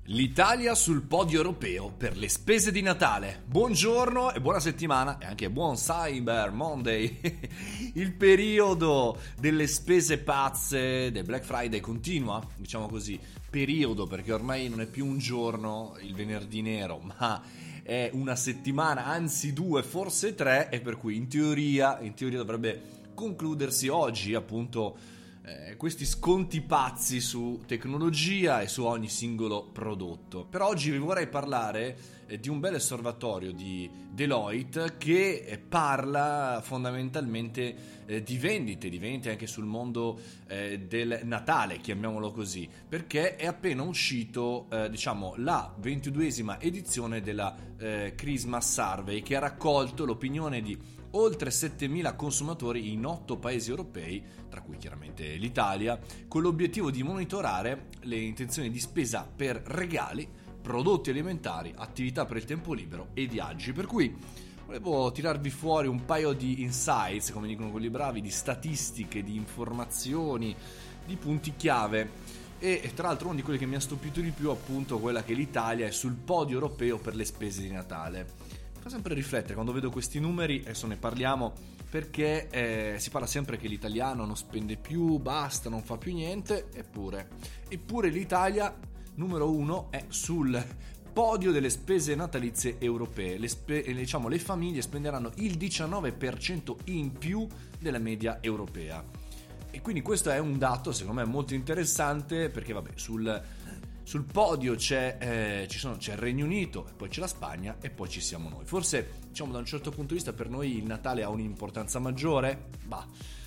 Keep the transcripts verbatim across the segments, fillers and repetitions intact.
L'Italia sul podio europeo per le spese di Natale. Buongiorno e buona settimana e anche buon Cyber Monday. Il periodo delle spese pazze del Black Friday continua, diciamo così, periodo perché ormai non è più un giorno, il venerdì nero, ma è una settimana, anzi due, forse tre, e per cui in teoria, in teoria dovrebbe concludersi oggi appunto Eh, questi sconti pazzi su tecnologia e su ogni singolo prodotto. Per oggi vi vorrei parlare eh, di un bel osservatorio di Deloitte che eh, parla fondamentalmente eh, di vendite, di vendite anche sul mondo eh, del Natale, chiamiamolo così, perché è appena uscito eh, diciamo la ventiduesima edizione della eh, Christmas Survey, che ha raccolto l'opinione di oltre settemila consumatori in otto paesi europei, tra cui chiaramente l'Italia, con l'obiettivo di monitorare le intenzioni di spesa per regali, prodotti alimentari, attività per il tempo libero e viaggi. Per cui volevo tirarvi fuori un paio di insights, come dicono quelli bravi, di statistiche, di informazioni, di punti chiave. E tra l'altro uno di quelli che mi ha stupito di più, appunto, quella che l'Italia è sul podio europeo per le spese di Natale. Fa sempre riflettere quando vedo questi numeri, adesso ne parliamo, perché eh, si parla sempre che l'italiano non spende più, basta, non fa più niente, eppure, eppure l'Italia numero uno è sul podio delle spese natalizie europee. Le, spe- diciamo, le famiglie spenderanno il diciannove per cento in più della media europea. E quindi questo è un dato secondo me molto interessante, perché vabbè, sul Sul podio c'è, eh, ci sono, c'è il Regno Unito, poi c'è la Spagna e poi ci siamo noi. Forse, diciamo, da un certo punto di vista per noi il Natale ha un'importanza maggiore? Bah.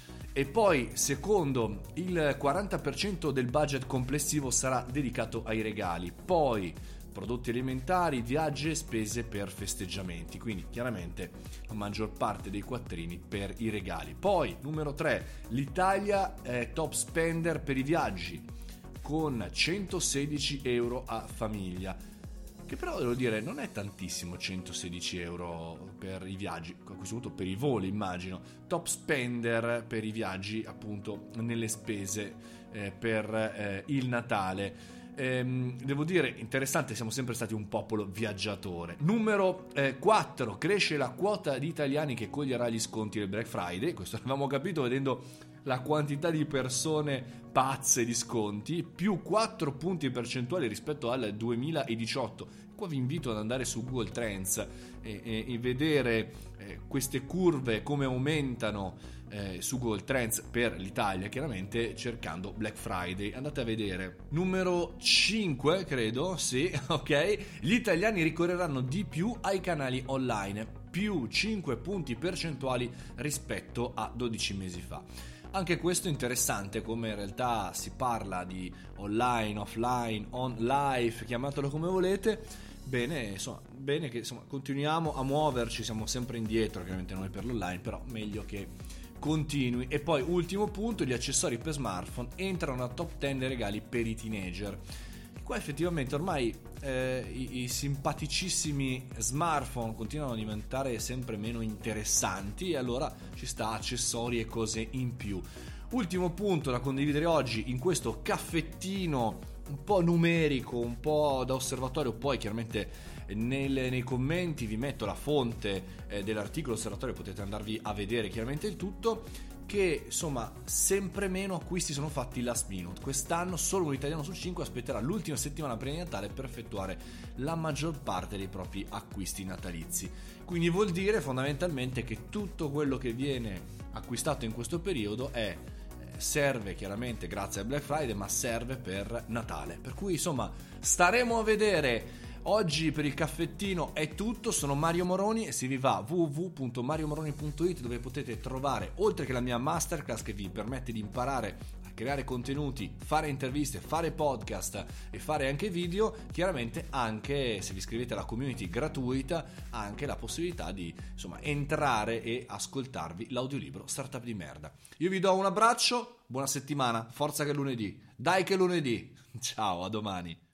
E poi, secondo, il quaranta per cento del budget complessivo sarà dedicato ai regali. Poi prodotti alimentari, viaggi e spese per festeggiamenti. Quindi chiaramente la maggior parte dei quattrini per i regali. Poi, numero tre, l'Italia è top spender per i viaggi, con centosedici euro a famiglia, che però devo dire non è tantissimo. Centosedici euro per i viaggi, a questo punto per i voli immagino. Top spender per i viaggi appunto nelle spese eh, per eh, il Natale. Ehm, devo dire interessante, siamo sempre stati un popolo viaggiatore. Numero eh, quattro, cresce la quota di italiani che coglierà gli sconti del Black Friday. Questo l'avevamo capito vedendo la quantità di persone pazze di sconti, più quattro punti percentuali rispetto al duemiladiciotto. Qua vi invito ad andare su Google Trends e, e, e vedere eh, queste curve come aumentano eh, su Google Trends per l'Italia, chiaramente cercando Black Friday. Andate a vedere. Numero cinque, credo, sì, ok. Gli italiani ricorreranno di più ai canali online, più cinque punti percentuali rispetto a dodici mesi fa. Anche questo è interessante, come in realtà si parla di online, offline, on life, chiamatelo come volete. Bene, insomma, bene che insomma continuiamo a muoverci, siamo sempre indietro, chiaramente noi per l'online, però meglio che continui. E poi ultimo punto, gli accessori per smartphone entrano a top dieci dei regali per i teenager. Qua effettivamente ormai eh, i, i simpaticissimi smartphone continuano a diventare sempre meno interessanti, e allora ci sta accessori e cose in più. Ultimo punto da condividere oggi in questo caffettino un po' numerico, un po' da osservatorio. Poi chiaramente nel, nei commenti vi metto la fonte eh, dell'articolo osservatorio, potete andarvi a vedere chiaramente il tutto. Che insomma sempre meno acquisti sono fatti last minute. Quest'anno solo un italiano su cinque aspetterà l'ultima settimana prima di Natale per effettuare la maggior parte dei propri acquisti natalizi. Quindi vuol dire fondamentalmente che tutto quello che viene acquistato in questo periodo è serve chiaramente grazie al Black Friday, ma serve per Natale. Per cui insomma staremo a vedere. Oggi per il caffettino è tutto, sono Mario Moroni e se vi va w w w punto mario moroni punto it, dove potete trovare, oltre che la mia masterclass che vi permette di imparare a creare contenuti, fare interviste, fare podcast e fare anche video, chiaramente anche se vi iscrivete alla community gratuita, anche la possibilità di insomma entrare e ascoltarvi l'audiolibro Startup di merda. Io vi do un abbraccio, buona settimana, forza che è lunedì, dai che è lunedì, ciao, a domani.